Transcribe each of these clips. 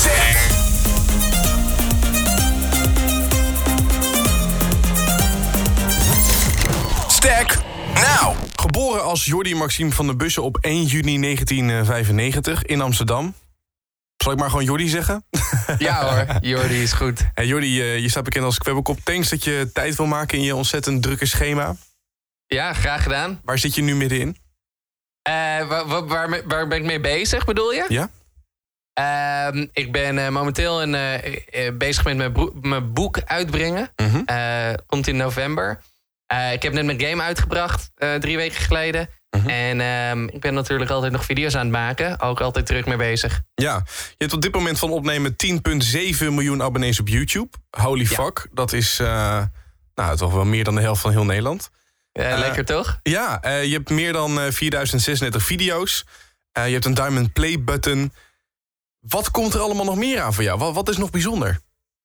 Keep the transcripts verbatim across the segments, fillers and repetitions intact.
Sterk. Sterk nou. Geboren als Jordi Maxime van der Bussen op één juni negentien vijfennegentig in Amsterdam. Zal ik maar gewoon Jordi zeggen? Ja hoor, Jordi is goed. Hey Jordi, je staat bekend als kwebbelkop. Thanks dat je tijd wil maken in je ontzettend drukke schema. Ja, graag gedaan. Waar zit je nu middenin? Uh, waar, waar, waar ben ik mee bezig, bedoel je? Ja. Uh, ik ben uh, momenteel een, uh, bezig met mijn, bro- mijn boek uitbrengen. Mm-hmm. Uh, komt in november. Uh, ik heb net mijn game uitgebracht, uh, drie weken geleden. Mm-hmm. En uh, ik ben natuurlijk altijd nog video's aan het maken. Ook altijd druk mee bezig. Ja, je hebt op dit moment van opnemen tien komma zeven miljoen abonnees op YouTube. Holy ja. fuck, dat is uh, nou, toch wel meer dan de helft van heel Nederland. Uh, uh, lekker toch? Ja, uh, je hebt meer dan uh, vierduizend zesendertig video's. Uh, je hebt een diamond play button. Wat komt er allemaal nog meer aan voor jou? Wat, wat is nog bijzonder?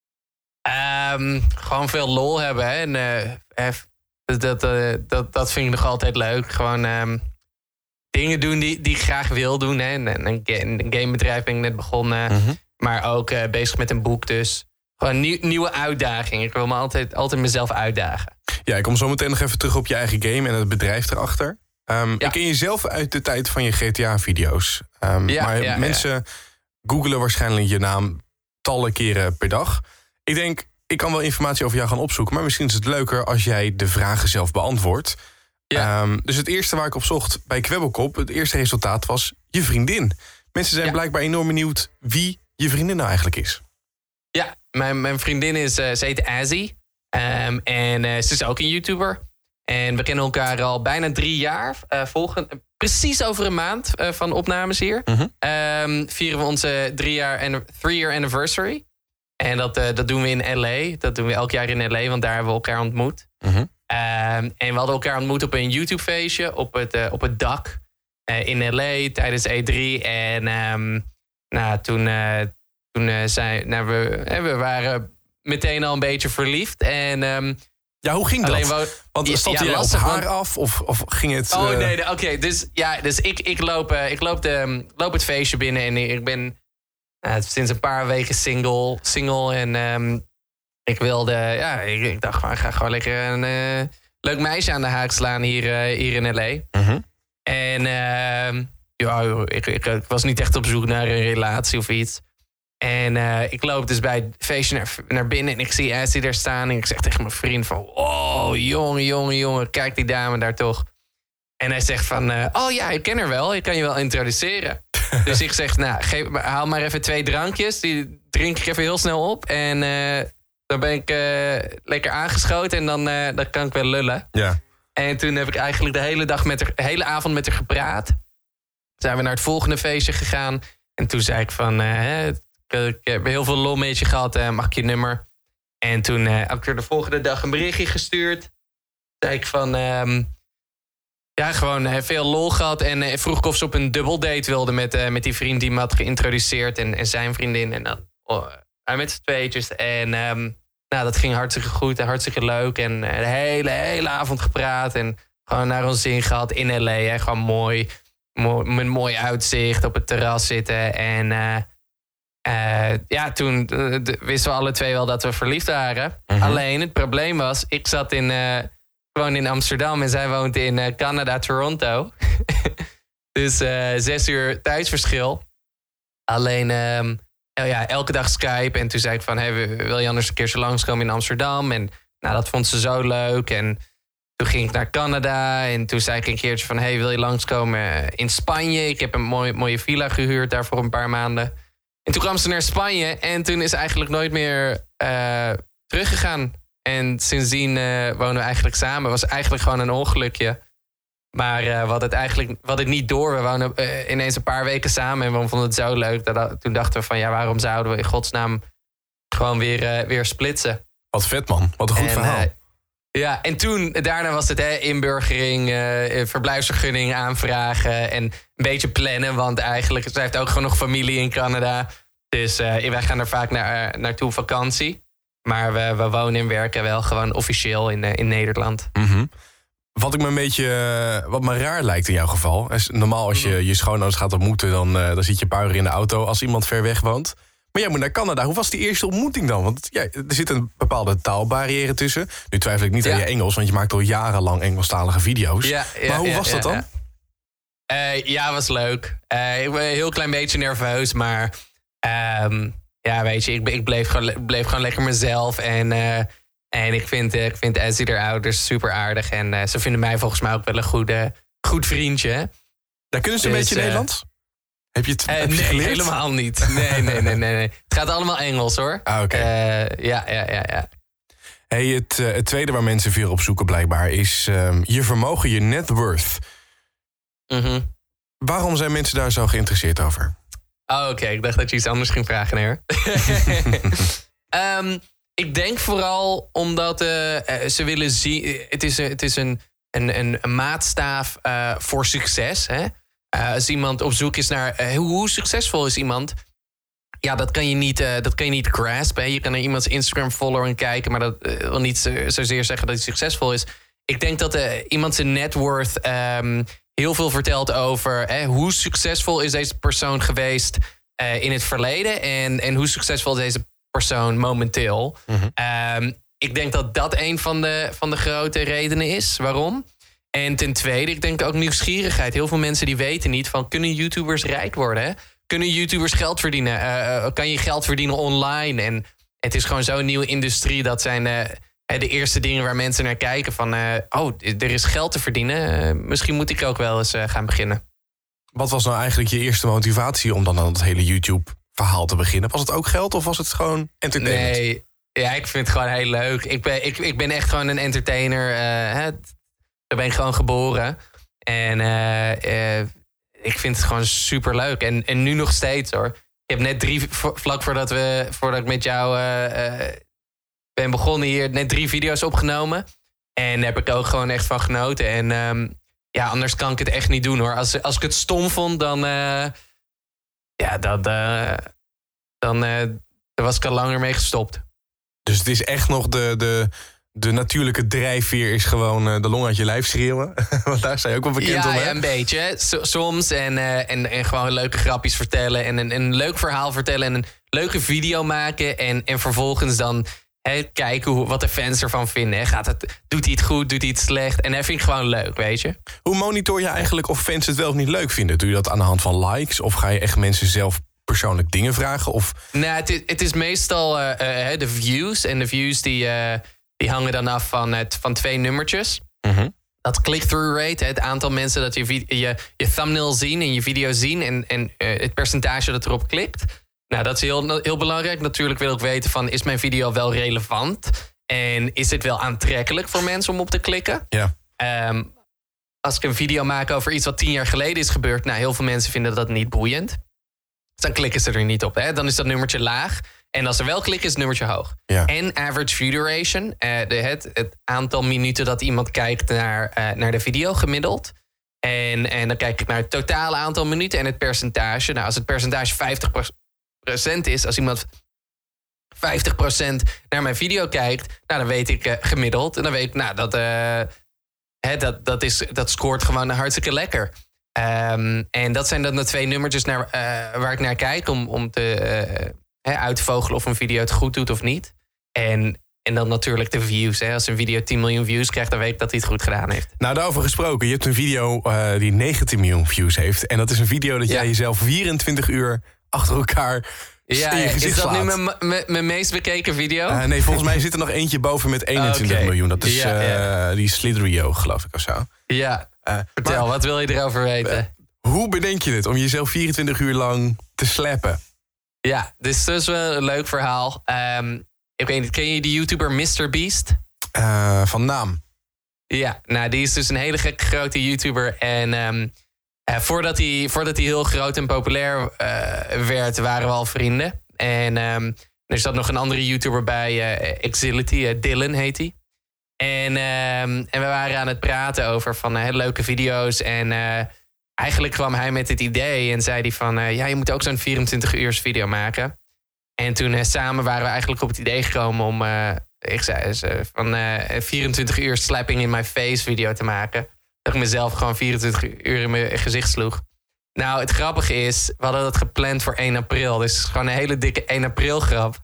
Um, gewoon veel lol hebben. Hè? En, uh, F, dat, uh, dat, dat vind ik nog altijd leuk. Gewoon um, dingen doen die, die ik graag wil doen. Hè? En, een, een gamebedrijf ben ik net begonnen. Mm-hmm. Maar ook uh, bezig met een boek dus. Gewoon nieuw, nieuwe uitdagingen. Ik wil me altijd, altijd mezelf uitdagen. Ja, ik kom zo meteen nog even terug op je eigen game en het bedrijf erachter. Um, ja. Ik ken je zelf uit de tijd van je G T A-video's. Um, ja, maar ja, mensen ja. googelen waarschijnlijk je naam tallen keren per dag. Ik denk, ik kan wel informatie over jou gaan opzoeken, maar misschien is het leuker als jij de vragen zelf beantwoordt. Ja. Um, dus het eerste waar ik op zocht bij Kwebbelkop, het eerste resultaat was je vriendin. Mensen zijn ja. blijkbaar enorm benieuwd wie je vriendin nou eigenlijk is. Ja, mijn, mijn vriendin is, uh, ze heet Azzy. Um, en uh, ze is ook een YouTuber. En we kennen elkaar al bijna drie jaar. Uh, volgen, precies over een maand uh, van opnames hier. Mm-hmm. Um, vieren we onze drie jaar three year anniversary. En dat, uh, dat doen we in L A. Dat doen we elk jaar in L A, want daar hebben we elkaar ontmoet. Mm-hmm. Um, en we hadden elkaar ontmoet op een YouTube-feestje op het, uh, op het dak uh, in L A tijdens E drie. En um, nou, toen, uh, toen uh, zijn, nou, we, uh, we waren meteen al een beetje verliefd. En um, ja, hoe ging dat? Wou, Want stond ja, je op haar af of, of ging het... Oh uh... nee, oké. Okay, dus ja, dus ik, ik, loop, uh, ik loop, de, loop het feestje binnen en ik ben uh, sinds een paar weken single. single en um, ik wilde... Ja, ik, ik dacht gewoon, ik ga gewoon lekker een uh, leuk meisje aan de haak slaan hier, uh, hier in L A. Mm-hmm. En uh, ja, ik, ik, ik was niet echt op zoek naar een relatie of iets. En uh, ik loop dus bij het feestje naar, naar binnen en ik zie Azzy daar staan. En ik zeg tegen mijn vriend van... Oh, jongen, jongen, jongen, kijk die dame daar toch. En hij zegt van... Uh, oh ja, ik ken haar wel, ik kan je wel introduceren. Dus ik zeg, nou, geef, haal maar even twee drankjes. Die drink ik even heel snel op. En uh, dan ben ik uh, lekker aangeschoten en dan, uh, dan kan ik wel lullen. Ja. En toen heb ik eigenlijk de hele, dag met haar, de hele avond met haar gepraat. Toen zijn we naar het volgende feestje gegaan. En toen zei ik van... Uh, Ik heb heel veel lol met je gehad, uh, mag ik je nummer? En toen uh, heb ik er de volgende dag een berichtje gestuurd. Zei ik van... Um, ja, gewoon uh, veel lol gehad. En uh, vroeg ik of ze op een dubbeldate wilde met, uh, met die vriend die me had geïntroduceerd. En, en zijn vriendin. En dan oh, met z'n tweetjes. En um, nou, dat ging hartstikke goed en hartstikke leuk. En uh, de hele, hele avond gepraat. En gewoon naar ons zin gehad in L A. Hè. Gewoon mooi, mooi, met mooi uitzicht op het terras zitten. En... Uh, Uh, ja, toen uh, de, wisten we alle twee wel dat we verliefd waren. Mm-hmm. Alleen het probleem was, ik zat in, uh, gewoon in Amsterdam en zij woont in uh, Canada, Toronto. Dus uh, zes uur tijdsverschil. Alleen, um, oh ja, elke dag Skype. En toen zei ik van, hey, wil je anders een keertje langskomen in Amsterdam? En nou, dat vond ze zo leuk. En toen ging ik naar Canada. En toen zei ik een keertje van, hey, wil je langskomen in Spanje? Ik heb een mooie, mooie villa gehuurd daar voor een paar maanden. En toen kwam ze naar Spanje en toen is ze eigenlijk nooit meer uh, teruggegaan. En sindsdien uh, wonen we eigenlijk samen. Het was eigenlijk gewoon een ongelukje. Maar uh, we hadden het eigenlijk we hadden het niet door. We woonden uh, ineens een paar weken samen en we vonden het zo leuk. Dat, toen dachten we van, ja, waarom zouden we in godsnaam gewoon weer, uh, weer splitsen? Wat vet, man. Wat een goed en, verhaal. Uh, ja, en toen, daarna was het hè, inburgering, uh, verblijfsvergunning aanvragen en een beetje plannen. Want eigenlijk, zij heeft ook gewoon nog familie in Canada. Dus uh, wij gaan er vaak naar, naartoe op vakantie. Maar we, we wonen en werken wel gewoon officieel in, uh, in Nederland. Mm-hmm. Wat ik me een beetje, wat me raar lijkt in jouw geval. Is normaal als je je schoonouders gaat ontmoeten, dan, uh, dan zit je een paar uur in de auto als iemand ver weg woont. Maar jij moet naar Canada. Hoe was die eerste ontmoeting dan? Want ja, er zit een bepaalde taalbarrière tussen. Nu twijfel ik niet ja. aan je Engels, want je maakt al jarenlang Engelstalige video's. Ja, ja, maar hoe ja, was dat ja, dan? Ja, uh, ja was leuk. Uh, ik ben een heel klein beetje nerveus, maar um, ja, weet je, ik, ik bleef, gewoon, bleef gewoon lekker mezelf. En, uh, en ik vind, uh, ik vind Ezzy haar ouders super aardig. En uh, ze vinden mij volgens mij ook wel een goede, goed vriendje. Daar kunnen ze dus, een beetje uh, Nederlands? Heb je het, uh, heb je nee, geleerd? Helemaal niet. Nee, nee, nee, nee, nee. Het gaat allemaal Engels, hoor. Ah, oké. Okay. Uh, ja, ja, ja, ja. Hey, het, uh, het tweede waar mensen veel op zoeken blijkbaar is um, je vermogen, je net worth. Mm-hmm. Waarom zijn mensen daar zo geïnteresseerd over? Oh, oké. Okay. Ik dacht dat je iets anders ging vragen, nee, um, ik denk vooral omdat uh, ze willen zien... Het is, het is een, een, een, een maatstaaf uh, voor succes, hè? Uh, als iemand op zoek is naar uh, hoe, hoe succesvol is iemand... Ja, dat kan je niet, uh, dat kan je niet graspen. Je kan naar iemands Instagram-follower en kijken... maar dat uh, wil niet zo, zozeer zeggen dat hij succesvol is. Ik denk dat uh, iemand zijn net worth um, heel veel vertelt over... Eh, hoe succesvol is deze persoon geweest uh, in het verleden... En, en hoe succesvol is deze persoon momenteel. Mm-hmm. Um, ik denk dat dat een van de, van de grote redenen is. Waarom? En ten tweede, ik denk ook nieuwsgierigheid. Heel veel mensen die weten niet van... kunnen YouTubers rijk worden, hè? Kunnen YouTubers geld verdienen? Uh, kan je geld verdienen online? En het is gewoon zo'n nieuwe industrie. Dat zijn uh, de eerste dingen waar mensen naar kijken. Van, uh, oh, er is geld te verdienen. Uh, misschien moet ik ook wel eens uh, gaan beginnen. Wat was nou eigenlijk je eerste motivatie... om dan aan het hele YouTube-verhaal te beginnen? Was het ook geld of was het gewoon entertainment? Nee, ja, ik vind het gewoon heel leuk. Ik ben, ik, ik ben echt gewoon een entertainer. Uh, hè, daar ben ik gewoon geboren. En... Uh, uh, Ik vind het gewoon super leuk. En, en nu nog steeds, hoor. Ik heb net drie, vlak voordat, we, voordat ik met jou uh, uh, ben begonnen hier... net drie video's opgenomen. En daar heb ik ook gewoon echt van genoten. En um, ja, anders kan ik het echt niet doen, hoor. Als, als ik het stom vond, dan... Uh, ja, dat, uh, dan uh, daar was ik al langer mee gestopt. Dus het is echt nog de... de... De natuurlijke drijfveer is gewoon uh, de long uit je lijf schreeuwen. Want daar sta je ook wel bekend ja, om, hè? Ja, een beetje. S- soms. En, uh, en, en gewoon leuke grapjes vertellen. En een, een leuk verhaal vertellen. En een leuke video maken. En, en vervolgens dan he, kijken hoe, wat de fans ervan vinden. He. Gaat het, doet hij het goed? Doet hij het slecht? En dat vind ik gewoon leuk, weet je. Hoe monitor je eigenlijk of fans het wel of niet leuk vinden? Doe je dat aan de hand van likes? Of ga je echt mensen zelf persoonlijk dingen vragen? Of... Nou, het is, het is meestal uh, uh, de views. En de views die... Uh, Die hangen dan af van, het, van twee nummertjes. Mm-hmm. Dat click-through rate, het aantal mensen dat je, je, je thumbnail zien en je video zien... en, en uh, het percentage dat erop klikt. Nou, dat is heel, heel belangrijk. Natuurlijk wil ik weten van, is mijn video wel relevant? En is het wel aantrekkelijk voor mensen om op te klikken? Ja. Um, als ik een video maak over iets wat tien jaar geleden is gebeurd... nou, heel veel mensen vinden dat niet boeiend. Dus dan klikken ze er niet op. Hè? Dan is dat nummertje laag... En als er wel klikt, is het nummertje hoog. Ja. En average view duration. Uh, de, het, het aantal minuten dat iemand kijkt naar, uh, naar de video gemiddeld. En, en dan kijk ik naar het totale aantal minuten en het percentage. Nou, als het percentage vijftig procent is... als iemand vijftig procent naar mijn video kijkt... nou, dan weet ik uh, gemiddeld. En dan weet ik, nou, dat, uh, hè, dat, dat, is, dat scoort gewoon hartstikke lekker. Um, en dat zijn dan de twee nummertjes naar, uh, waar ik naar kijk... om, om te... Uh, He, uitvogelen of een video het goed doet of niet. En, en dan natuurlijk de views. Hè. Als een video tien miljoen views krijgt... dan weet ik dat hij het goed gedaan heeft. Nou, daarover gesproken. Je hebt een video uh, die negentien miljoen views heeft. En dat is een video dat ja. jij jezelf vierentwintig uur achter elkaar ja, in je gezicht is dat slaat. nu mijn, mijn, mijn meest bekeken video? Uh, nee, volgens mij zit er nog eentje boven met eenentwintig okay. miljoen. Dat is ja, ja. Uh, die Sliderio, geloof ik, of zo. Ja, uh, vertel, maar, wat wil je erover weten? Uh, hoe bedenk je het om jezelf vierentwintig uur lang te slappen? Ja, dit is dus wel een leuk verhaal. Um, ik weet niet, ken je die YouTuber MrBeast? Uh, van naam. Ja, nou, die is dus een hele gekke grote YouTuber. En um, uh, voordat, hij, voordat hij heel groot en populair uh, werd, waren we al vrienden. En um, er zat nog een andere YouTuber bij, uh, Exility, uh, Dylan heet hij. En, um, en we waren aan het praten over van uh, leuke video's en... Uh, Eigenlijk kwam hij met het idee en zei hij van... Uh, ja, je moet ook zo'n vierentwintig uur video maken. En toen uh, samen waren we eigenlijk op het idee gekomen om... Uh, ik zei uh, van uh, vierentwintig uur slapping in my face video te maken. Dat ik mezelf gewoon vierentwintig uur in mijn gezicht sloeg. Nou, het grappige is, we hadden dat gepland voor één april. Dus het is gewoon een hele dikke één april grap.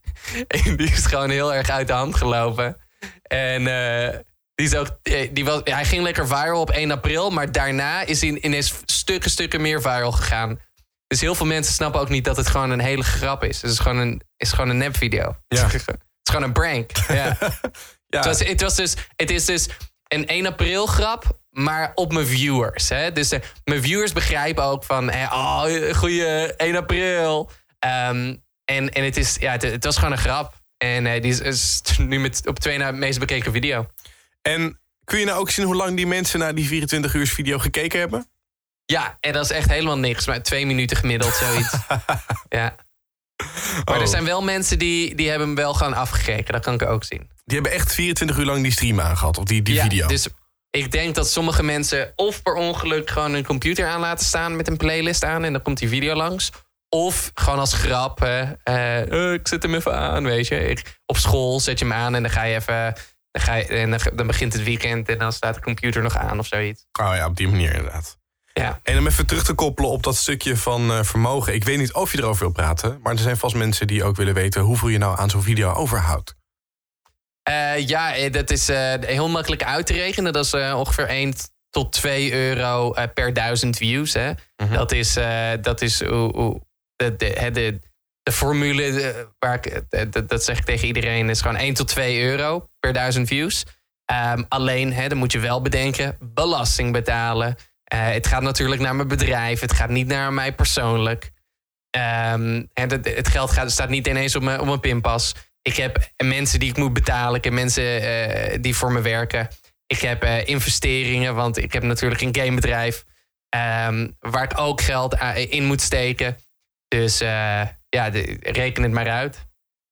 En die is gewoon heel erg uit de hand gelopen. En uh, die is ook, die was, hij ging lekker viral op één april. Maar daarna is hij ineens stukken, stukken meer viral gegaan. Dus heel veel mensen snappen ook niet dat het gewoon een hele grap is. Het is gewoon een, is gewoon een nepvideo. Ja. Het is gewoon een prank. Ja. Ja. Het, was, het, was dus, het is dus een één april grap, maar op mijn viewers. Hè? Dus de, mijn viewers begrijpen ook van... Hè, oh, goeie één april. Um, en en het, is, ja, het, het was gewoon een grap. En uh, die is, is nu met, op twee na meest bekeken video. En kun je nou ook zien hoe lang die mensen naar die vierentwintig uur video gekeken hebben? Ja, en dat is echt helemaal niks. Maar twee minuten gemiddeld, zoiets. Ja. Maar oh. er zijn wel mensen die, die hebben hem wel gewoon afgekeken. Dat kan ik ook zien. Die hebben echt vierentwintig uur lang die stream aangehad, of die, die ja, video. Dus ik denk dat sommige mensen of per ongeluk gewoon een computer aan laten staan met een playlist aan en dan komt die video langs. Of gewoon als grap, hè, uh, uh, ik zet hem even aan, weet je. Ik, op school zet je hem aan en dan ga je even, dan, ga je, en dan, dan begint het weekend en dan staat de computer nog aan of zoiets. Oh ja, op die manier inderdaad. Ja. En om even terug te koppelen op dat stukje van uh, vermogen. Ik weet niet of je erover wil praten, maar er zijn vast mensen die ook willen weten hoeveel je nou aan zo'n video overhoudt. Uh, ja, dat is uh, heel makkelijk uit te rekenen. Dat is uh, ongeveer één tot twee euro uh, per duizend views. Hè. Mm-hmm. Dat is, uh, dat is uh, uh, de, de, de, de formule, uh, waar ik, uh, dat zeg ik tegen iedereen, is gewoon één tot twee euro per duizend views. Um, alleen, hè, dan moet je wel bedenken, belasting betalen. Uh, het gaat natuurlijk naar mijn bedrijf. Het gaat niet naar mij persoonlijk. Um, het, het geld gaat, staat niet ineens op mijn, op mijn pinpas. Ik heb mensen die ik moet betalen. Ik heb mensen uh, die voor me werken. Ik heb uh, investeringen, want ik heb natuurlijk een gamebedrijf. Um, waar ik ook geld in moet steken. Dus uh, ja, de, reken het maar uit.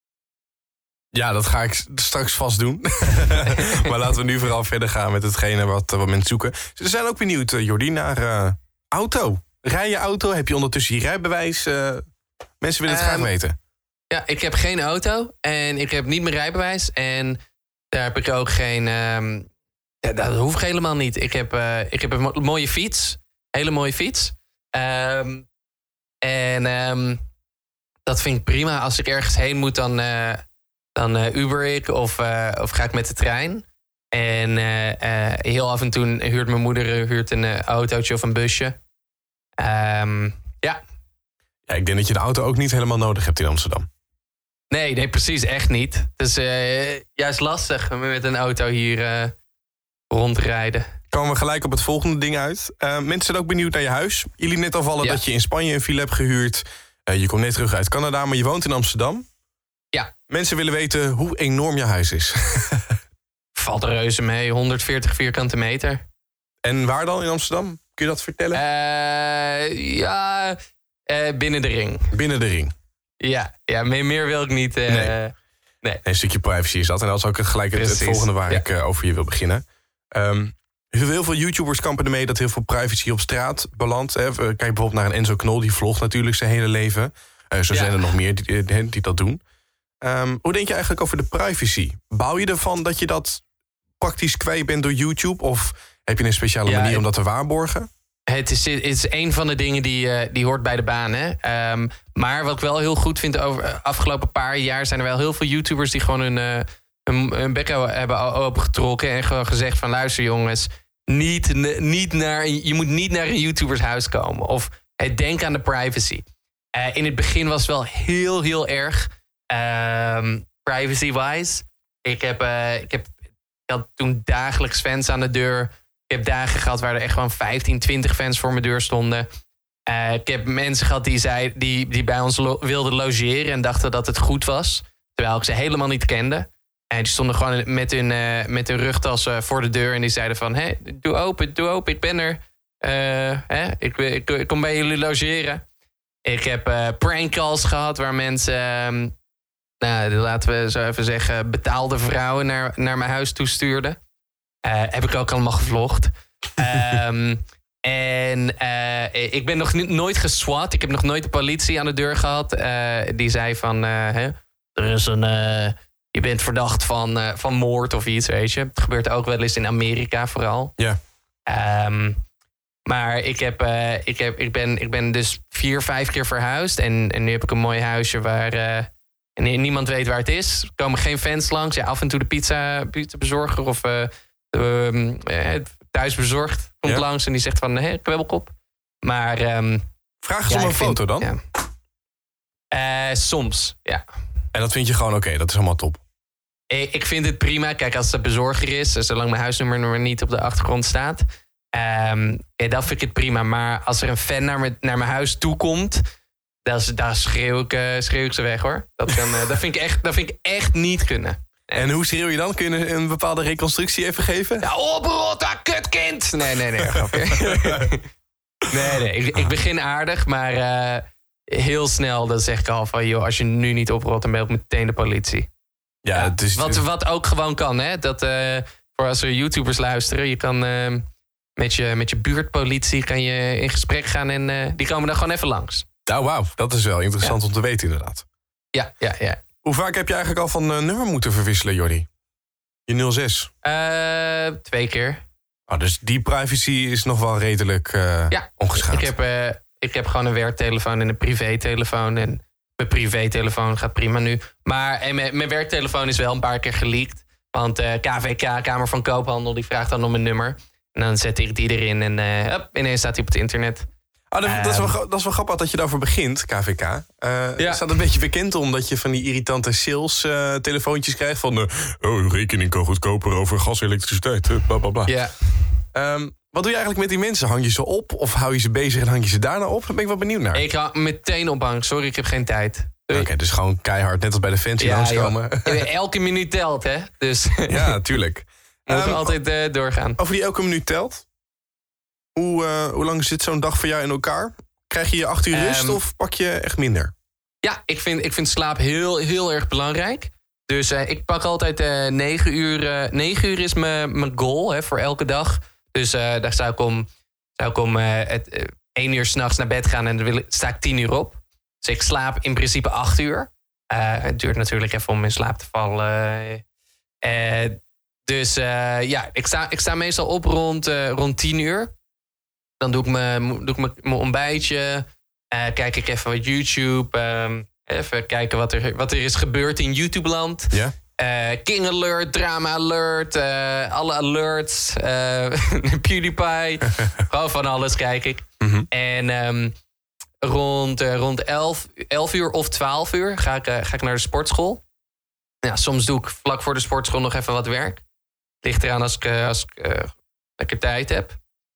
Ja, dat ga ik straks vast doen. Maar laten we nu vooral verder gaan met hetgene wat, wat mensen zoeken. Ze zijn ook benieuwd, Jordi, naar uh, auto. Rij je auto? Heb je ondertussen je rijbewijs? Uh, mensen willen het um, graag weten. Ja, ik heb geen auto en ik heb niet mijn rijbewijs. En daar heb ik ook geen... Um, ja, dat hoeft helemaal niet. Ik heb, uh, ik heb een mo- mooie fiets. Hele mooie fiets. Um, en um, dat vind ik prima. Als ik ergens heen moet, dan... Uh, Dan uh, Uber ik of, uh, of ga ik met de trein. En uh, uh, heel af en toe huurt mijn moeder huurt een uh, autootje of een busje. Um, ja. Ja, ik denk dat je de auto ook niet helemaal nodig hebt in Amsterdam. Nee, nee, precies, echt niet. Het is uh, juist lastig om met een auto hier uh, rondrijden. Komen we gelijk op het volgende ding uit. Uh, mensen zijn ook benieuwd naar je huis. Jullie net al vallen ja. dat je in Spanje een villa hebt gehuurd. Uh, je komt net terug uit Canada, maar je woont in Amsterdam. Ja. Mensen willen weten hoe enorm je huis is. Valt reuze mee, honderdveertig vierkante meter. En waar dan in Amsterdam? Kun je dat vertellen? Uh, ja, uh, binnen de ring. Binnen de ring? Ja, ja meer, meer wil ik niet. Uh, nee. nee. nee. Een stukje privacy is dat. En dat is ook gelijk het, het volgende waar ja. ik uh, over je wil beginnen. Um, heel veel YouTubers kampen ermee dat heel veel privacy op straat belandt. Hè. Kijk bijvoorbeeld naar een Enzo Knol, die vlogt natuurlijk zijn hele leven. Uh, zo ja. zijn er nog meer die, die, die dat doen. Um, hoe denk je eigenlijk over de privacy? Bouw je ervan dat je dat praktisch kwijt bent door YouTube? Of heb je een speciale ja, manier om dat te waarborgen? Het is, het is een van de dingen die, uh, die hoort bij de baan. Hè? Um, maar wat ik wel heel goed vind, over de afgelopen paar jaar zijn er wel heel veel YouTubers die gewoon hun, uh, hun, hun bek hebben opengetrokken en gewoon gezegd van luister jongens, niet, niet naar, je moet niet naar een YouTubers huis komen. Of hey, denk aan de privacy. Uh, in het begin was het wel heel, heel erg um, privacy-wise. Ik heb, uh, ik heb ik had toen dagelijks fans aan de deur. Ik heb dagen gehad waar er echt gewoon vijftien, twintig fans voor mijn deur stonden. Uh, ik heb mensen gehad die, zei, die, die bij ons lo- wilden logeren en dachten dat het goed was. Terwijl ik ze helemaal niet kende. En die stonden gewoon met hun, uh, met hun rugtassen voor de deur. En die zeiden van, hey, doe open, doe open, ik ben er. Uh, hè? Ik, ik, ik kom bij jullie logeren. Ik heb uh, prankcalls gehad waar mensen... Uh, nou, laten we zo even zeggen, betaalde vrouwen naar, naar mijn huis toestuurden. Uh, heb ik ook allemaal gevlogd. um, en uh, ik ben nog n- nooit geswat. Ik heb nog nooit de politie aan de deur gehad. Uh, die zei van, uh, hè, er is een, uh, je bent verdacht van, uh, van moord of iets, weet je. Het gebeurt ook wel eens in Amerika vooral. Ja. Um, Maar ik, heb, uh, ik, heb, ik, ben, ik ben dus vier, vijf keer verhuisd. En, en nu heb ik een mooi huisje waar uh, en niemand weet waar het is. Er komen geen fans langs. Ja, af en toe de pizza, pizza bezorger of uh, uh, uh, thuisbezorgd komt ja. langs. En die zegt van, hé, hey, kwebbelkop. Maar... Um, Vraag eens ja, om een foto vind, dan. Ja. Uh, soms, ja. En dat vind je gewoon oké, okay, dat is allemaal top. Ik, ik vind het prima. Kijk, als het bezorger is, zolang mijn huisnummer niet op de achtergrond staat... Um, ja, dan vind ik het prima. Maar als er een fan naar, me, naar mijn huis toe komt... dan, dan schreeuw, ik, uh, schreeuw ik ze weg, hoor. Dat, kan, uh, dat, vind ik echt, dat vind ik echt niet kunnen. Nee. En hoe schreeuw je dan? Kun je een bepaalde reconstructie even geven? Ja, oprotta, kutkind! Nee, nee, nee. nee, nee. Ik, ik begin aardig, maar uh, heel snel dan zeg ik al van... joh, als je nu niet oprot, dan ben je ook meteen de politie. Ja, ja het is, wat, wat ook gewoon kan, hè. Dat uh, voor als er YouTubers luisteren... je kan uh, met, je, met je buurtpolitie kan je in gesprek gaan... en uh, die komen dan gewoon even langs. Nou, wauw. Dat is wel interessant ja. om te weten, inderdaad. Ja, ja, ja. Hoe vaak heb je eigenlijk al van uh, nummer moeten verwisselen, Jordi? Je nul zes? Uh, twee keer. Oh, dus die privacy is nog wel redelijk uh, ja, ongeschaad. Ik heb, uh, ik heb gewoon een werktelefoon en een privételefoon. En mijn privételefoon gaat prima nu. Maar en mijn, mijn werktelefoon is wel een paar keer geleakt. Want uh, K V K, Kamer van Koophandel, die vraagt dan om een nummer. En dan zet ik die erin en uh, up, ineens staat hij op het internet. Oh, dat, um, dat, is wel, dat is wel grappig dat je daarvoor begint, K V K. Uh, ja. Staat een beetje bekend om dat je van die irritante sales uh, telefoontjes krijgt van... Uh, oh, uw rekening kan goedkoper over gas, elektriciteit, uh, bla bla bla. Ja. Um, wat doe je eigenlijk met die mensen? Hang je ze op of hou je ze bezig en hang je ze daarna op? Daar ben ik wel benieuwd naar. Ik ga meteen ophangen. Sorry, ik heb geen tijd. Oké, okay, dus gewoon keihard, net als bij de fans die ja, langskomen. Elke minuut telt, hè? Dus ja, natuurlijk. We moeten um, altijd uh, doorgaan. Over die elke minuut telt? Hoe, uh, hoe lang zit zo'n dag voor jou in elkaar? Krijg je je acht uur um, rust of pak je echt minder? Ja, ik vind, ik vind slaap heel, heel erg belangrijk. Dus uh, ik pak altijd uh, negen uur. Uh, negen uur is mijn goal hè, voor elke dag. Dus uh, daar zou ik om, zou ik om uh, het, uh, één uur 's nachts naar bed gaan en dan wil, sta ik tien uur op. Dus ik slaap in principe acht uur. Uh, het duurt natuurlijk even om in slaap te vallen. Uh, dus uh, ja, ik sta, ik sta meestal op rond, uh, rond tien uur. Dan doe ik mijn ontbijtje. Uh, kijk ik even wat YouTube. Um, even kijken wat er, wat er is gebeurd in YouTube-land. Ja. Uh, King Alert, Drama Alert. Uh, alle alerts. Uh, PewDiePie. Gewoon van alles kijk ik. Mm-hmm. En um, rond, uh, rond elf, elf uur of twaalf uur ga ik, uh, ga ik naar de sportschool. Ja, soms doe ik vlak voor de sportschool nog even wat werk. Ligt eraan als ik, uh, als ik uh, lekker tijd heb.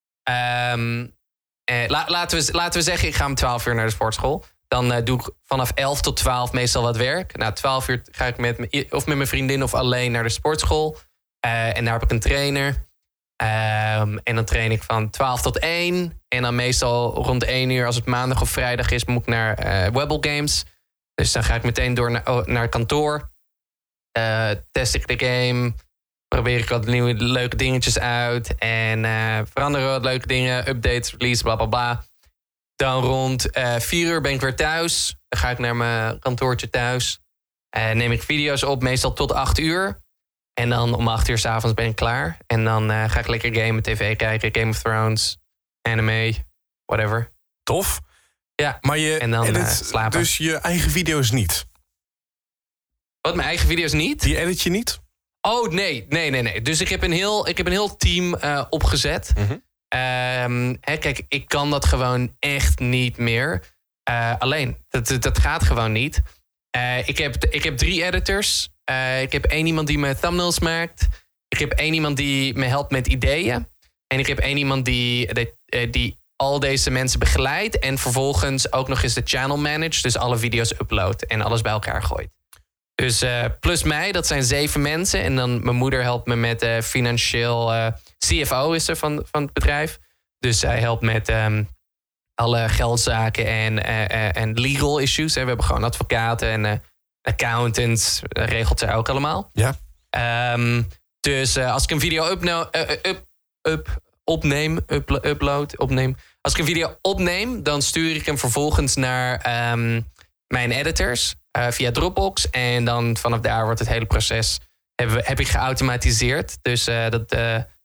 Um, eh, la, laten, we, laten we zeggen, ik ga om twaalf uur naar de sportschool. Dan uh, doe ik vanaf elf tot twaalf meestal wat werk. Na twaalf uur ga ik met me, of met mijn vriendin of alleen naar de sportschool. Uh, en daar heb ik een trainer. Um, en dan train ik van twaalf tot één. En dan meestal rond één uur, als het maandag of vrijdag is, moet ik naar uh, Webble Games. Dus dan ga ik meteen door naar, oh, naar kantoor. Uh, test ik de game. Probeer ik wat nieuwe leuke dingetjes uit. En uh, veranderen wat leuke dingen. Updates, release, bla bla bla. Dan rond uh, vier uur ben ik weer thuis. Dan ga ik naar mijn kantoortje thuis. Uh, neem ik video's op, meestal tot acht uur. En dan om acht uur 's avonds ben ik klaar. En dan uh, ga ik lekker gamen, tv kijken. Game of Thrones, anime, whatever. Tof. Ja, maar je en dan edit uh, slapen. Dus je eigen video's niet? Wat, mijn eigen video's niet? Die edit je niet? Oh, nee, nee, nee, nee. Dus ik heb een heel, ik heb een heel team uh, opgezet. Mm-hmm. Um, hè, kijk, ik kan dat gewoon echt niet meer. Uh, alleen, dat, dat gaat gewoon niet. Uh, ik, heb, ik heb drie editors. Uh, ik heb één iemand die me thumbnails maakt. Ik heb één iemand die me helpt met ideeën. En ik heb één iemand die, die, die al deze mensen begeleidt. En vervolgens ook nog eens de channel manage. Dus alle video's uploadt en alles bij elkaar gooit. Dus uh, plus mij, dat zijn zeven mensen. En dan mijn moeder helpt me met uh, financieel... Uh, C F O is er van, van het bedrijf. Dus zij helpt met um, alle geldzaken en, uh, uh, en legal issues. We hebben gewoon advocaten en uh, accountants. Dat regelt zij ook allemaal. Ja. Um, dus uh, als ik een video upno- uh, up, up, opneem, up, upload, opneem... Als ik een video opneem, dan stuur ik hem vervolgens naar um, mijn editors... Uh, via Dropbox. En dan vanaf daar wordt het hele proces... Heb, heb ik geautomatiseerd. Dus uh, dat, uh,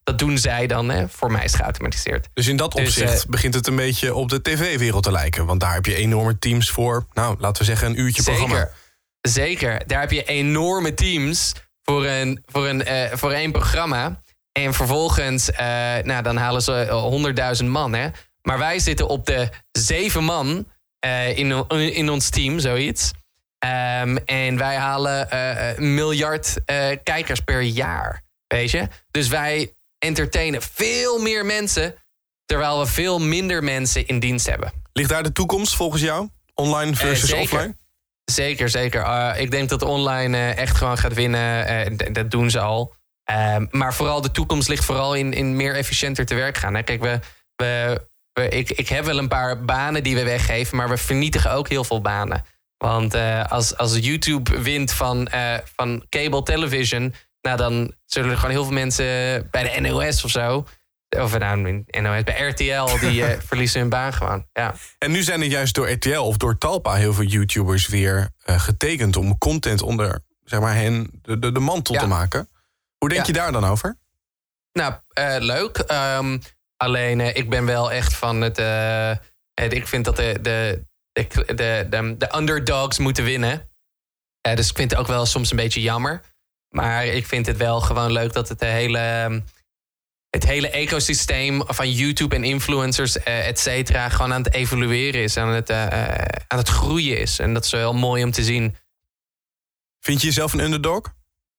dat doen zij dan. Hè. Voor mij is het geautomatiseerd. Dus in dat opzicht dus, uh, begint het een beetje op de tv-wereld te lijken. Want daar heb je enorme teams voor, nou, laten we zeggen een uurtje zeker, programma. Zeker, daar heb je enorme teams voor, een, voor, een, uh, voor één programma. En vervolgens, uh, nou, dan halen ze honderdduizend man. Hè. Maar wij zitten op de zeven man uh, in, in ons team, zoiets. Um, en wij halen uh, een miljard uh, kijkers per jaar, weet je. Dus wij entertainen veel meer mensen, terwijl we veel minder mensen in dienst hebben. Ligt daar de toekomst volgens jou? Online versus uh, offline? Zeker, zeker. Uh, ik denk dat online uh, echt gewoon gaat winnen. Uh, d- dat doen ze al. Uh, maar vooral de toekomst ligt vooral in, in meer efficiënter te werk gaan. Hè. Kijk, we, we, we, ik, ik heb wel een paar banen die we weggeven, maar we vernietigen ook heel veel banen. Want uh, als, als YouTube wint van, uh, van cable television, nou dan zullen er gewoon heel veel mensen bij de N O S of zo, of nou, N O S, bij R T L, die uh, verliezen hun baan gewoon. Ja. En nu zijn er juist door R T L of door Talpa heel veel YouTubers weer uh, getekend om content onder, zeg maar, hen de, de, de mantel ja. te maken. Hoe denk ja. je daar dan over? Nou, uh, leuk. Um, alleen, uh, ik ben wel echt van het... Uh, ik vind dat de, de, de, de, de, de underdogs moeten winnen. Uh, dus ik vind het ook wel soms een beetje jammer. Maar ik vind het wel gewoon leuk dat het de hele... het hele ecosysteem van YouTube en influencers, uh, et cetera, gewoon aan het evolueren is. Aan het, uh, aan het groeien is. En dat is wel mooi om te zien. Vind je jezelf een underdog?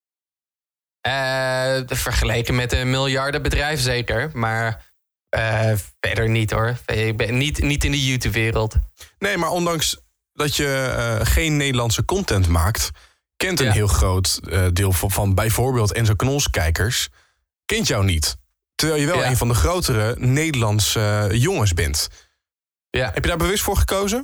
Uh, vergeleken met een miljardenbedrijf zeker. Maar uh, verder niet hoor. Ik ben niet, niet in de YouTube-wereld. Nee, maar ondanks dat je uh, geen Nederlandse content maakt, kent een ja. heel groot uh, deel van, van bijvoorbeeld Enzo Knols kijkers, kent jou niet. Terwijl je wel ja. een van de grotere Nederlandse uh, jongens bent. Ja. Heb je daar bewust voor gekozen?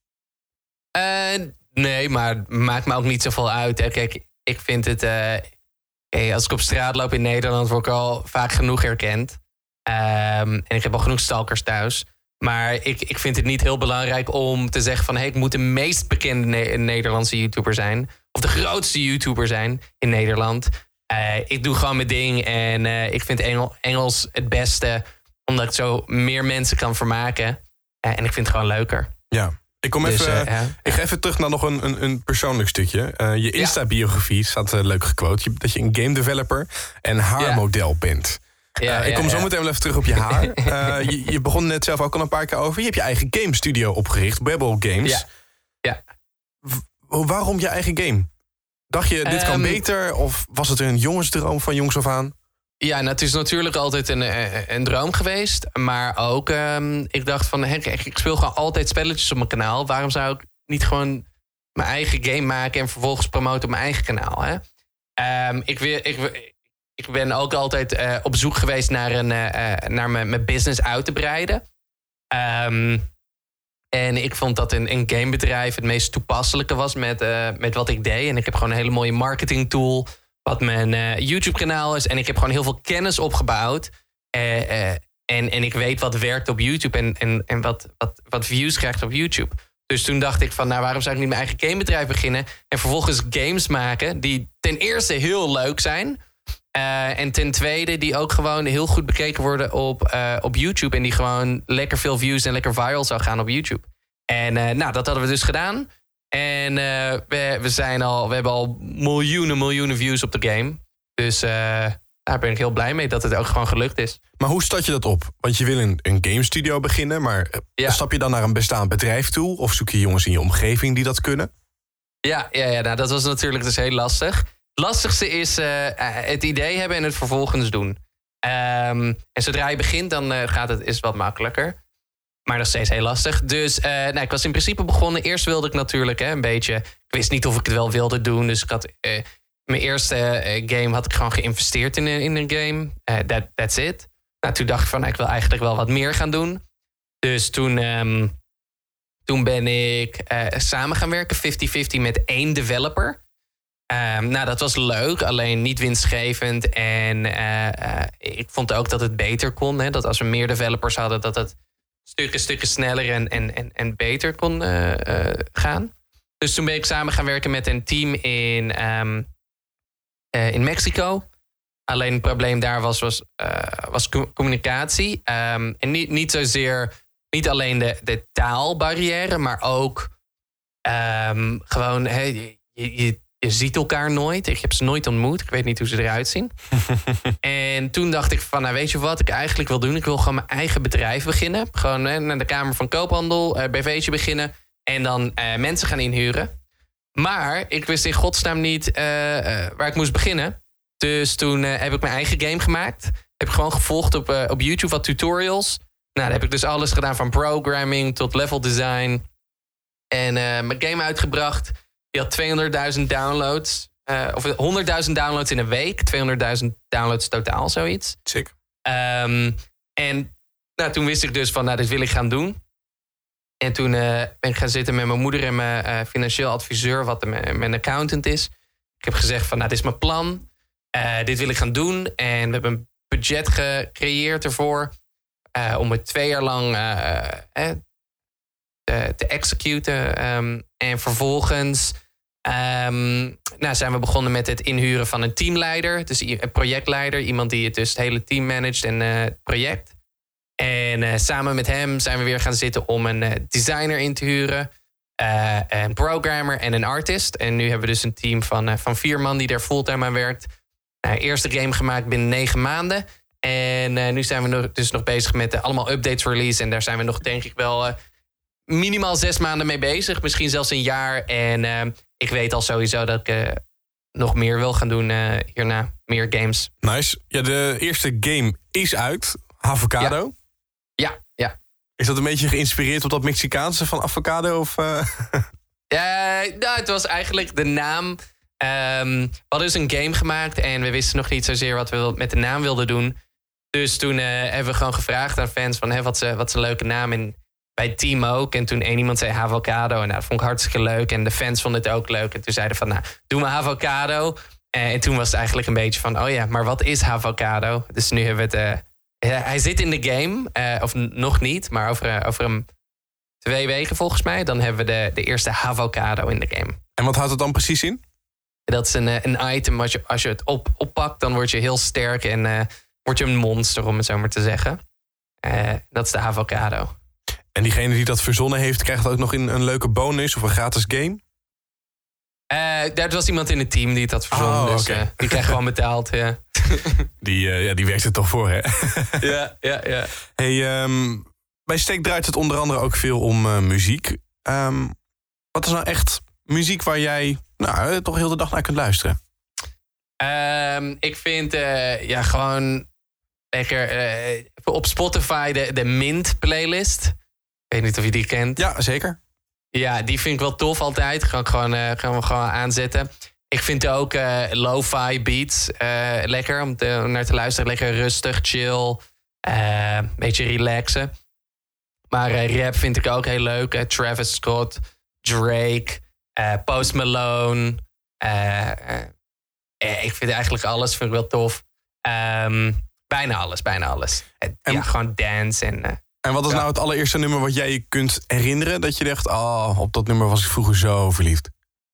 Uh, nee, maar het maakt me ook niet zoveel uit. Hè. Kijk, ik vind het... Uh, Hey, als ik op straat loop in Nederland word ik al vaak genoeg herkend. Um, en ik heb al genoeg stalkers thuis. Maar ik, ik vind het niet heel belangrijk om te zeggen van... Hey, ik moet de meest bekende ne- Nederlandse YouTuber zijn. Of de grootste YouTuber zijn in Nederland. Uh, ik doe gewoon mijn ding. En uh, ik vind Engel, Engels het beste. Omdat ik zo meer mensen kan vermaken. Uh, en ik vind het gewoon leuker. Ja. Ik kom dus, even, uh, ja. ik ga even terug naar nog een, een, een persoonlijk stukje. Uh, je Insta-biografie staat uh, leuk gequote. Je, dat je een game developer en haarmodel ja. bent. Ja, uh, ik kom ja, zo ja. meteen wel even terug op je haar. Uh, je, je begon net zelf ook al een paar keer over. Je hebt je eigen game studio opgericht, Webble Games. Ja. ja. W- waarom je eigen game? Dacht je, dit um, kan beter? Of was het een jongensdroom van jongs af aan? Ja, nou, het is natuurlijk altijd een, een droom geweest. Maar ook, um, ik dacht van... Hey, ik speel gewoon altijd spelletjes op mijn kanaal. Waarom zou ik niet gewoon mijn eigen game maken... en vervolgens promoten op mijn eigen kanaal? Hè? Um, ik, wil, ik, ik ben ook altijd uh, op zoek geweest naar, een, uh, naar mijn, mijn business uit te breiden. Um, en ik vond dat een, een gamebedrijf het meest toepasselijke was met, uh, met wat ik deed. En ik heb gewoon een hele mooie marketing tool... wat mijn uh, YouTube-kanaal is. En ik heb gewoon heel veel kennis opgebouwd. Uh, uh, en, en ik weet wat werkt op YouTube... en, en, en wat, wat, wat views krijgt op YouTube. Dus toen dacht ik van... nou, waarom zou ik niet mijn eigen gamebedrijf beginnen... en vervolgens games maken... die ten eerste heel leuk zijn... Uh, en ten tweede die ook gewoon heel goed bekeken worden op, uh, op YouTube... en die gewoon lekker veel views en lekker viral zou gaan op YouTube. En uh, nou, dat hadden we dus gedaan... En uh, we, we, zijn al, we hebben al miljoenen, miljoenen views op de game. Dus uh, daar ben ik heel blij mee dat het ook gewoon gelukt is. Maar hoe start je dat op? Want je wil een, een game studio beginnen, maar ja. stap je dan naar een bestaand bedrijf toe? Of zoek je jongens in je omgeving die dat kunnen? Ja, ja, ja nou, dat was natuurlijk dus heel lastig. Het lastigste is uh, het idee hebben en het vervolgens doen. Um, en zodra je begint, dan uh, gaat het, is het wat makkelijker. Maar nog steeds heel lastig. Dus uh, nou, ik was in principe begonnen. Eerst wilde ik natuurlijk hè, een beetje... Ik wist niet of ik het wel wilde doen. Dus ik had... Uh, mijn eerste uh, game had ik gewoon geïnvesteerd in, in een game. Uh, that, that's it. Nou, toen dacht ik van... Nou, ik wil eigenlijk wel wat meer gaan doen. Dus toen... Um, toen ben ik uh, samen gaan werken. vijftig vijftig met één developer. Um, nou, dat was leuk. Alleen niet winstgevend. En uh, uh, ik vond ook dat het beter kon. Hè, dat als we meer developers hadden... dat het stukken, stukken sneller en, en, en, en beter kon uh, uh, gaan. Dus toen ben ik samen gaan werken met een team in, um, uh, in Mexico. Alleen het probleem daar was, was, uh, was communicatie. Um, en niet, niet zozeer, niet alleen de, de taalbarrière, maar ook um, gewoon, hey, je, je, je ziet elkaar nooit. Ik heb ze nooit ontmoet. Ik weet niet hoe ze eruit zien. En toen dacht ik van, nou weet je wat ik eigenlijk wil doen? Ik wil gewoon mijn eigen bedrijf beginnen. Gewoon hè, naar de Kamer van Koophandel, uh, B V'tje beginnen. En dan uh, mensen gaan inhuren. Maar ik wist in godsnaam niet uh, uh, waar ik moest beginnen. Dus toen uh, heb ik mijn eigen game gemaakt. Heb ik gewoon gevolgd op, uh, op YouTube wat tutorials. Nou, dan heb ik dus alles gedaan van programming tot level design. En uh, mijn game uitgebracht. Die had tweehonderdduizend downloads. Uh, of honderdduizend downloads in een week. tweehonderdduizend downloads totaal, zoiets. Sick. Um, en nou, toen wist ik dus van, nou, dit wil ik gaan doen. En toen uh, ben ik gaan zitten met mijn moeder en mijn uh, financieel adviseur, wat de, mijn accountant is. Ik heb gezegd van, nou, dit is mijn plan. Uh, dit wil ik gaan doen. En we hebben een budget gecreëerd ervoor. Uh, om het twee jaar lang uh, uh, te, te executen. Um, en vervolgens um, nou, zijn we begonnen met het inhuren van een teamleider. Dus een projectleider. Iemand die het dus het hele team managt en uh, het project. En uh, samen met hem zijn we weer gaan zitten om een uh, designer in te huren. Uh, een programmer en een artist. En nu hebben we dus een team van, uh, van vier man die daar fulltime aan werkt. Uh, eerste game gemaakt binnen negen maanden. En uh, nu zijn we nog, dus nog bezig met uh, allemaal updates release. En daar zijn we nog denk ik wel uh, minimaal zes maanden mee bezig. Misschien zelfs een jaar. En uh, ik weet al sowieso dat ik uh, nog meer wil gaan doen uh, hierna. Meer games. Nice. Ja, de eerste game is uit. Avocado. Ja. Ja, ja. Is dat een beetje geïnspireerd op dat Mexicaanse van avocado? Of, uh? ja, nou, het was eigenlijk de naam. Um, we hadden dus een game gemaakt en we wisten nog niet zozeer wat we met de naam wilden doen. Dus toen uh, hebben we gewoon gevraagd aan fans van, hey, wat, is, wat is een leuke naam? En bij het team ook. En toen één iemand zei avocado. En nou, dat vond ik hartstikke leuk. En de fans vonden het ook leuk. En toen zeiden van, nou, doe maar avocado. Uh, en toen was het eigenlijk een beetje van, oh ja, maar wat is avocado? Dus nu hebben we het... Uh, Ja, hij zit in de game, uh, of n- nog niet, maar over, uh, over een twee weken volgens mij. Dan hebben we de, de eerste avocado in de game. En wat houdt het dan precies in? Dat is een, uh, een item, als je, als je het op, oppakt, dan word je heel sterk en uh, word je een monster, om het zo maar te zeggen. Uh, dat is de avocado. En diegene die dat verzonnen heeft, krijgt ook nog in een leuke bonus of een gratis game? Uh, dat was iemand in het team die het had verzonnen, oh, dus okay. uh, die krijgt gewoon betaald. Ja. Die, uh, ja, die werkt er toch voor, hè? ja, ja, ja. Hey, um, bij Stek draait het onder andere ook veel om uh, muziek. Um, wat is nou echt muziek waar jij nou, toch heel de dag naar kunt luisteren? Um, ik vind uh, ja, gewoon lekker uh, op Spotify de, de Mint playlist. Ik weet niet of je die kent. Ja, zeker. Ja, die vind ik wel tof altijd. Gaan we gewoon, uh, gaan we gewoon aanzetten. Ik vind ook uh, lo-fi beats uh, lekker om, te, om naar te luisteren. Lekker rustig, chill. Uh, een beetje relaxen. Maar uh, rap vind ik ook heel leuk. Uh, Travis Scott, Drake, uh, Post Malone. Uh, uh, ik vind eigenlijk alles vind ik wel tof. Um, bijna alles, bijna alles. Uh, en, ja, gewoon dance en... Uh, en wat is ja. nou het allereerste nummer wat jij je kunt herinneren? Dat je dacht, oh, op dat nummer was ik vroeger zo verliefd.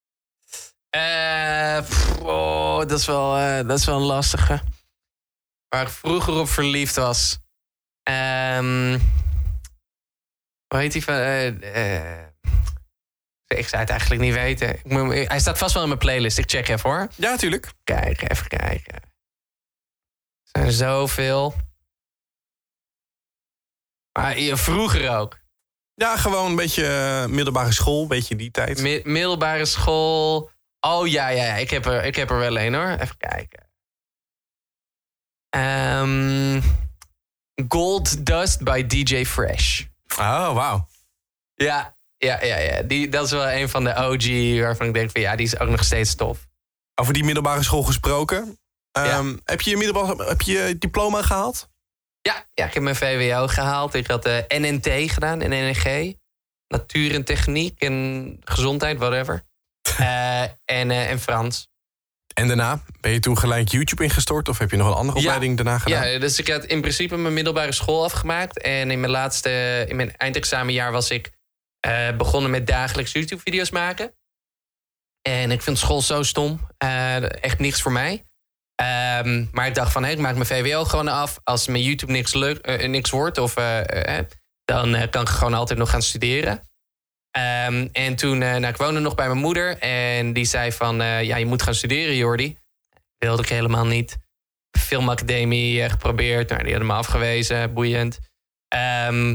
Uh, pff, oh, dat, is wel, uh, dat is wel een lastige. Waar ik vroeger op verliefd was. Um, hoe heet die van... Uh, uh, ik zou het eigenlijk niet weten. Ik moet, hij staat vast wel in mijn playlist. Ik check even hoor. Ja, tuurlijk. Kijken, even kijken. Er zijn zoveel. Maar ja, vroeger ook. Ja, gewoon een beetje uh, middelbare school. Een beetje die tijd. Mi- middelbare school... Oh ja, ja, ja. Ik heb er, ik heb er wel een hoor. Even kijken. Um, Gold Dust by D J Fresh. Oh, wauw. Ja, ja, ja, ja. Die, dat is wel een van de O G waarvan ik denk van ja, die is ook nog steeds tof. Over die middelbare school gesproken. Um, ja. Heb je je middelbare, heb je je diploma gehaald? Ja, ja, ik heb mijn V W O gehaald. Ik had uh, N N T gedaan, N N G. Natuur en techniek en gezondheid, whatever. Uh, en, uh, en Frans. En daarna? Ben je toen gelijk YouTube ingestort? Of heb je nog een andere opleiding ja, daarna gedaan? Ja, dus ik had in principe mijn middelbare school afgemaakt. En in mijn laatste, in mijn eindexamenjaar was ik uh, begonnen met dagelijks YouTube-video's maken. En ik vind school zo stom. Uh, echt niks voor mij. Um, maar ik dacht van, hey, ik maak mijn V W O gewoon af. Als mijn YouTube niks, leuk, uh, niks wordt, of, uh, uh, dan uh, kan ik gewoon altijd nog gaan studeren. Um, en toen, uh, nou, ik woonde nog bij mijn moeder. En die zei van, uh, ja, je moet gaan studeren, Jordi. Wilde ik helemaal niet. Filmacademie uh, geprobeerd. Nou, die hadden me afgewezen, boeiend. Um,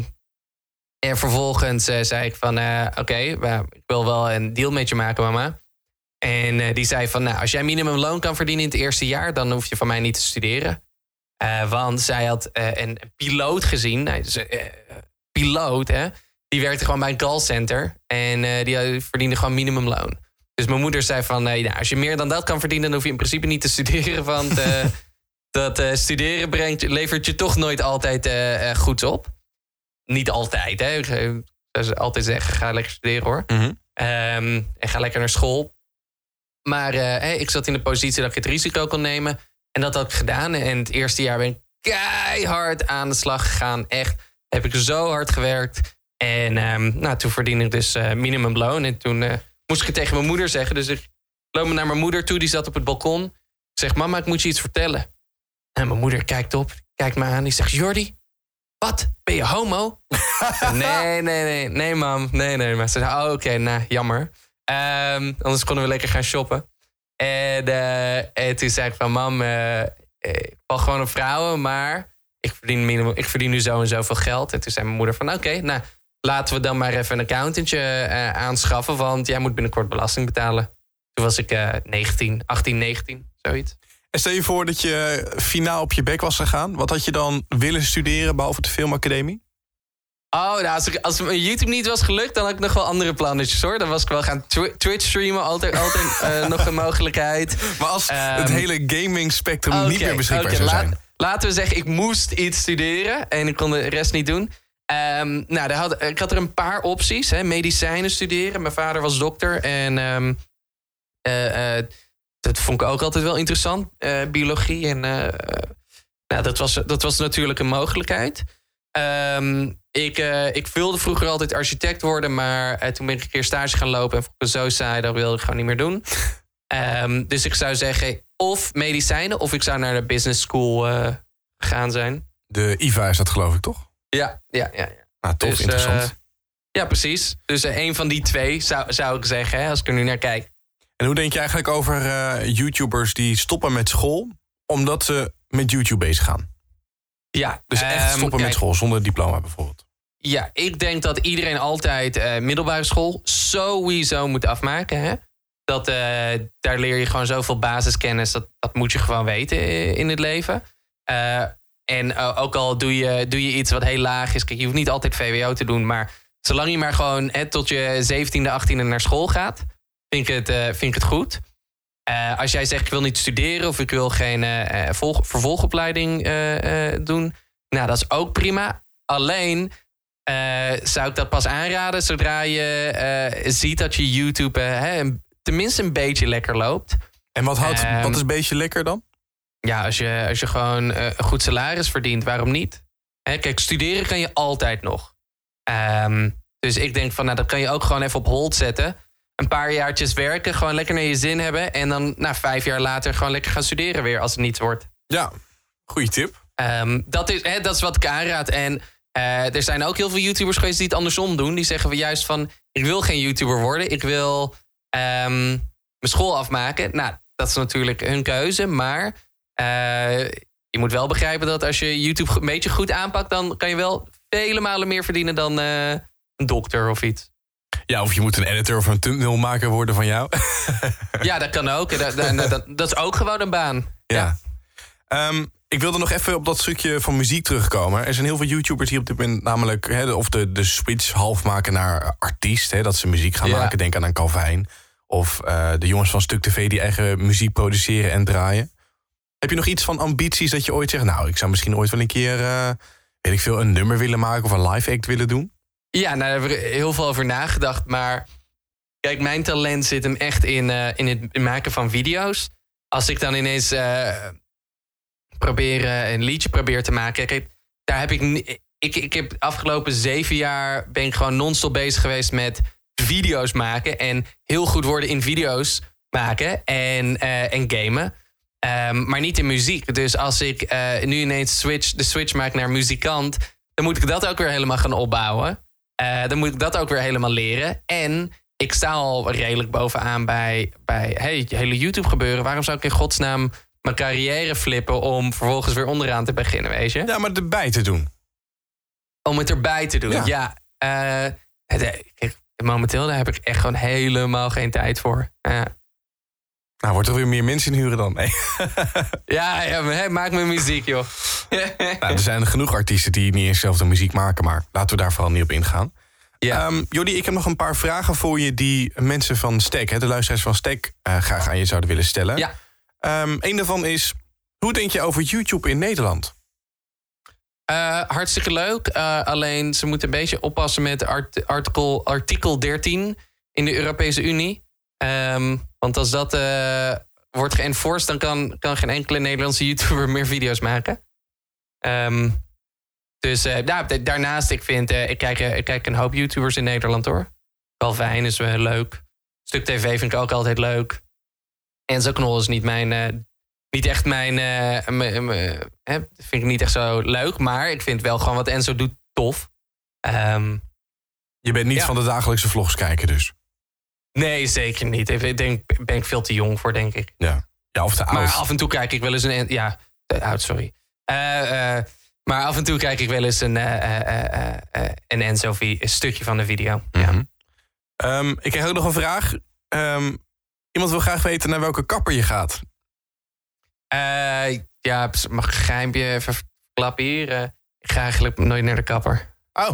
en vervolgens uh, zei ik van, uh, oké, okay, well, ik wil wel een deal met je maken, mama. En uh, die zei van, nou, als jij minimumloon kan verdienen in het eerste jaar, dan hoef je van mij niet te studeren. Uh, want zij had uh, een piloot gezien. Nou, dus, uh, piloot, hè. Die werkte gewoon bij een callcenter. En uh, die verdiende gewoon minimumloon. Dus mijn moeder zei van, nee, nou, als je meer dan dat kan verdienen, dan hoef je in principe niet te studeren. Want uh, dat uh, studeren brengt, levert je toch nooit altijd uh, uh, goed op. Niet altijd, hè. Ik zou altijd zeggen, ga lekker studeren, hoor. Mm-hmm. Um, en ga lekker naar school. Maar uh, hey, ik zat in de positie dat ik het risico kon nemen. En dat had ik gedaan. En het eerste jaar ben ik keihard aan de slag gegaan. Echt, heb ik zo hard gewerkt. En um, nou, toen verdiende ik dus uh, minimumloon. En toen uh, moest ik het tegen mijn moeder zeggen. Dus ik loop naar mijn moeder toe, die zat op het balkon. Ik zeg, mama, ik moet je iets vertellen. En mijn moeder kijkt op, kijkt me aan. Die zegt, Jordi, wat? Ben je homo? nee, nee, nee, nee, mam. Nee, nee. Maar ze zei, oh, oké, okay, nou, jammer. Um, anders konden we lekker gaan shoppen. En, uh, en toen zei ik van, mam, uh, ik val gewoon op vrouwen, maar ik verdien, minimum, ik verdien nu zo en zoveel geld. En toen zei mijn moeder van, oké, okay, nou, laten we dan maar even een accountantje uh, aanschaffen, want jij moet binnenkort belasting betalen. Toen was ik uh, negentien, achttien, negentien, zoiets. En stel je voor dat je finaal op je bek was gegaan. Wat had je dan willen studeren, behalve de filmacademie? Oh, nou, als, ik, als mijn YouTube niet was gelukt, dan had ik nog wel andere plannetjes, hoor. Dan was ik wel gaan tw- Twitch streamen, altijd, altijd uh, nog een mogelijkheid. Maar als um, het hele gaming spectrum okay, niet meer beschikbaar okay, zou laat, zijn. Laten we zeggen, ik moest iets studeren en ik kon de rest niet doen. Um, nou, had, ik had er een paar opties. Hè. Medicijnen studeren. Mijn vader was dokter en um, uh, uh, dat vond ik ook altijd wel interessant. Uh, biologie en uh, nou, dat, was, dat was natuurlijk een mogelijkheid. Um, ik, uh, ik wilde vroeger altijd architect worden, maar uh, toen ben ik een keer stage gaan lopen en vond ik het zo saai, dat wilde ik gewoon niet meer doen. Um, dus ik zou zeggen, of medicijnen, of ik zou naar de business school uh, gaan zijn. De I V A is dat, geloof ik, toch? Ja, ja, ja. ja. Ah, tof, dus, interessant. Uh, ja, precies. Dus uh, een van die twee zou, zou ik zeggen, hè, als ik er nu naar kijk. En hoe denk je eigenlijk over uh, YouTubers die stoppen met school omdat ze met YouTube bezig gaan? Ja, dus echt stoppen um, kijk, met school zonder diploma bijvoorbeeld. Ja, ik denk dat iedereen altijd uh, middelbare school sowieso moet afmaken. Hè? Dat, uh, daar leer je gewoon zoveel basiskennis. Dat, dat moet je gewoon weten in het leven. Uh, en uh, ook al doe je, doe je iets wat heel laag is. Kijk, je hoeft niet altijd V W O te doen. Maar zolang je maar gewoon hè, tot je zeventiende, achttiende naar school gaat, vind ik het, uh, vind ik het goed. Uh, als jij zegt, ik wil niet studeren of ik wil geen uh, volg- vervolgopleiding uh, uh, doen. Nou, dat is ook prima. Alleen uh, zou ik dat pas aanraden zodra je uh, ziet dat je YouTube uh, hè, tenminste een beetje lekker loopt. En wat, houdt, um, wat is een beetje lekker dan? Ja, als je, als je gewoon uh, een goed salaris verdient, waarom niet? Hè, kijk, studeren kan je altijd nog. Um, dus ik denk van, nou, dat kan je ook gewoon even op hold zetten. Een paar jaartjes werken, gewoon lekker naar je zin hebben. En dan nou, vijf jaar later gewoon lekker gaan studeren weer als het niets wordt. Ja, goede tip. Um, dat, is, hè, dat is wat ik aanraad. En uh, er zijn ook heel veel YouTubers geweest die het andersom doen. Die zeggen juist van, ik wil geen YouTuber worden. Ik wil um, mijn school afmaken. Nou, dat is natuurlijk hun keuze. Maar uh, je moet wel begrijpen dat als je YouTube een beetje goed aanpakt, dan kan je wel vele malen meer verdienen dan uh, een dokter of iets. Ja, of je moet een editor of een thumbnailmaker worden van jou. Ja, dat kan ook. Dat, dat, dat, dat is ook gewoon een baan. Ja. ja. Um, ik wilde nog even op dat stukje van muziek terugkomen. Er zijn heel veel YouTubers die op dit moment namelijk hè, of de, de switch half maken naar artiest. Hè, dat ze muziek gaan ja. maken. Denk aan een Calvin. Of uh, de jongens van Stuk T V die eigen muziek produceren en draaien. Heb je nog iets van ambities dat je ooit zegt, nou, ik zou misschien ooit wel een keer uh, weet ik veel, een nummer willen maken of een live act willen doen? Ja, nou, daar hebben we heel veel over nagedacht. Maar kijk, mijn talent zit hem echt in, uh, in het maken van video's. Als ik dan ineens uh, probeer, uh, een liedje probeer te maken. Kijk, daar heb ik, ik, ik heb de afgelopen zeven jaar ben ik gewoon non-stop bezig geweest met video's maken. En heel goed worden in video's maken en, uh, en gamen. Um, maar niet in muziek. Dus als ik uh, nu ineens switch, de switch maak naar muzikant... dan moet ik dat ook weer helemaal gaan opbouwen. Uh, dan moet ik dat ook weer helemaal leren. En ik sta al redelijk bovenaan bij... bij hey, hele YouTube gebeuren. Waarom zou ik in godsnaam mijn carrière flippen... om vervolgens weer onderaan te beginnen, weet je? Ja, maar erbij te doen. Om het erbij te doen, ja. ja uh, het, kijk, momenteel daar heb ik echt gewoon helemaal geen tijd voor. Ja. Nou, wordt er weer meer mensen inhuren dan? Nee. ja, ja hey, maak me muziek, joh. nou, er zijn genoeg artiesten die niet eens zelf de muziek maken... maar laten we daar vooral niet op ingaan. Ja. Um, Jordi, ik heb nog een paar vragen voor je... die mensen van Stek, hè, de luisteraars van Stek... Uh, graag aan je zouden willen stellen. Ja. Um, een daarvan is... hoe denk je over YouTube in Nederland? Uh, hartstikke leuk. Uh, alleen ze moeten een beetje oppassen met art- artikel, artikel dertien... in de Europese Unie... Um, want als dat uh, wordt geënforced... dan kan, kan geen enkele Nederlandse YouTuber meer video's maken. Um, dus uh, nou, daarnaast, ik vind... Uh, ik, kijk, uh, ik kijk een hoop YouTubers in Nederland, hoor. Wel fijn, is wel leuk. Stuk T V vind ik ook altijd leuk. Enzo Knol is niet mijn... Uh, niet echt mijn... Uh, m- m- uh, vind ik niet echt zo leuk. Maar ik vind wel gewoon wat Enzo doet tof. Um, Je bent niet ja. van de dagelijkse vlogs kijken, dus? Nee, zeker niet. Ik denk, ben ik veel te jong voor, denk ik. Ja, ja of te oud. Maar af en toe kijk ik wel eens een... Ja, te oud, sorry. Uh, uh, maar af en toe kijk ik wel eens een, uh, uh, uh, uh, een Enzo een stukje van de video. Mm-hmm. Ja. Um, ik krijg ook nog een vraag. Um, iemand wil graag weten naar welke kapper je gaat. Uh, ja, mag ik een geheimpje even verklappen hier? Uh, ik ga eigenlijk nooit naar de kapper. Oh.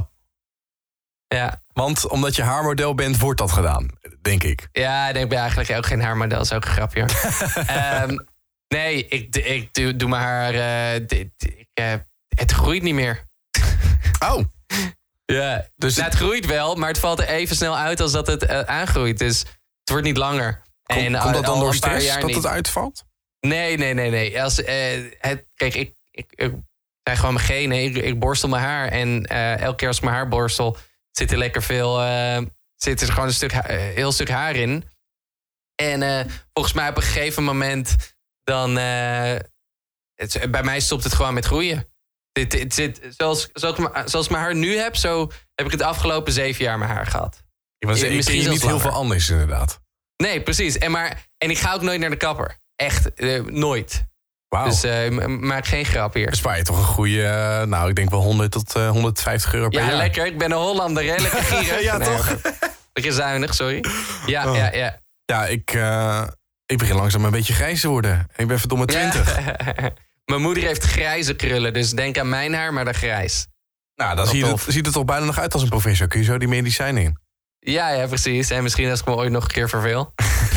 Ja. Want omdat je haarmodel bent, wordt dat gedaan, denk ik. Ja, ik ben eigenlijk ook geen haarmodel. Dat is ook een grapje. um, nee, ik, ik doe, doe mijn haar... Uh, ik, uh, het groeit niet meer. Oh. Ja, dus nou, het groeit wel, maar het valt er even snel uit als dat het uh, aangroeit. Dus het wordt niet langer. Kom, en, komt dat dan door stress dat niet. het uitvalt? Nee, nee, nee. nee. Als, uh, het, kijk, ik, ik, ik krijg gewoon mijn genen. Ik, ik borstel mijn haar. En uh, elke keer als ik mijn haar borstel... zit er lekker veel... Uh, zit er gewoon een stuk, uh, heel stuk haar in. En uh, volgens mij op een gegeven moment... dan... Uh, het, bij mij stopt het gewoon met groeien. Dit, dit, dit, zoals, zoals, ik, zoals ik mijn haar nu heb... zo heb ik het afgelopen zeven jaar mijn haar gehad. Ik was Misschien niet langer. Heel veel anders, inderdaad. Nee, precies. En, maar, en ik ga ook nooit naar de kapper. Echt, uh, nooit. Wow. Dus uh, maak geen grap hier. Bespaar je toch een goede, uh, nou, ik denk wel honderd tot uh, honderdvijftig euro per ja, jaar. Ja, lekker. Ik ben een Hollander, hè? Lekker gierig. ja, nee, toch? Lekker zuinig, sorry. Ja, oh. ja, ja. Ja, ik, uh, ik begin langzaam een beetje grijs te worden. Ik ben verdomme twintig. Ja. Mijn moeder heeft grijze krullen, dus denk aan mijn haar, maar dan grijs. Nou, dan ziet het, ziet het toch bijna nog uit als een professor. Kun je zo die medicijnen in? Ja, ja, precies. En misschien als ik me ooit nog een keer verveel.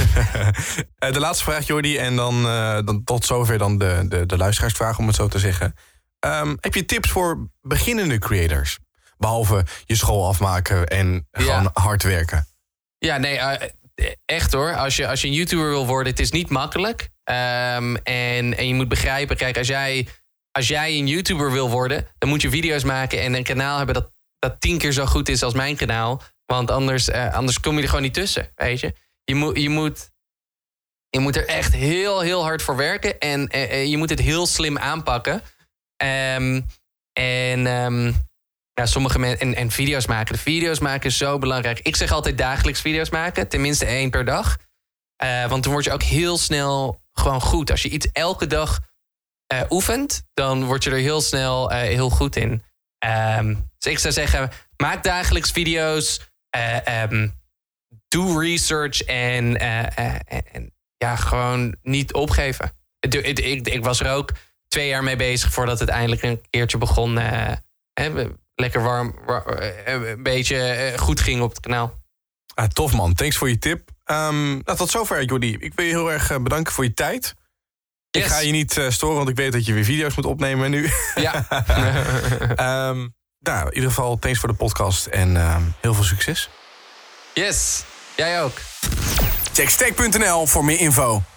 De laatste vraag, Jordi. En dan, uh, dan tot zover dan de, de, de luisteraarsvraag, om het zo te zeggen. Um, heb je tips voor beginnende creators? Behalve je school afmaken en gewoon ja. hard werken. Ja, nee, uh, echt hoor. Als je, als je een YouTuber wil worden, het is niet makkelijk. Um, en, en je moet begrijpen, kijk, als jij, als jij een YouTuber wil worden... dan moet je video's maken en een kanaal hebben dat, dat tien keer zo goed is als mijn kanaal... Want anders, uh, anders kom je er gewoon niet tussen, weet je. Je moet, je moet, je moet er echt heel, heel hard voor werken. En uh, je moet het heel slim aanpakken. Um, en, um, ja, sommige mensen... En, en video's maken. De video's maken is zo belangrijk. Ik zeg altijd dagelijks video's maken. Tenminste één per dag. Uh, want dan word je ook heel snel gewoon goed. Als je iets elke dag uh, oefent... dan word je er heel snel uh, heel goed in. Um, dus ik zou zeggen... maak dagelijks video's... Uh, um, doe research en, uh, uh, en ja, gewoon niet opgeven. Ik, ik, ik, ik was er ook twee jaar mee bezig voordat het eindelijk een keertje begon. Uh, uh, lekker warm, war, uh, een beetje uh, goed ging op het kanaal. Ah, tof man, thanks voor je tip. Um, nou, tot zover, Jordi. Ik wil je heel erg bedanken voor je tijd. Yes. Ik ga je niet uh, storen, want ik weet dat je weer video's moet opnemen nu. Ja. um, Nou, in ieder geval, thanks voor de podcast en uh, heel veel succes. Yes, jij ook. Check stek punt n l voor meer info.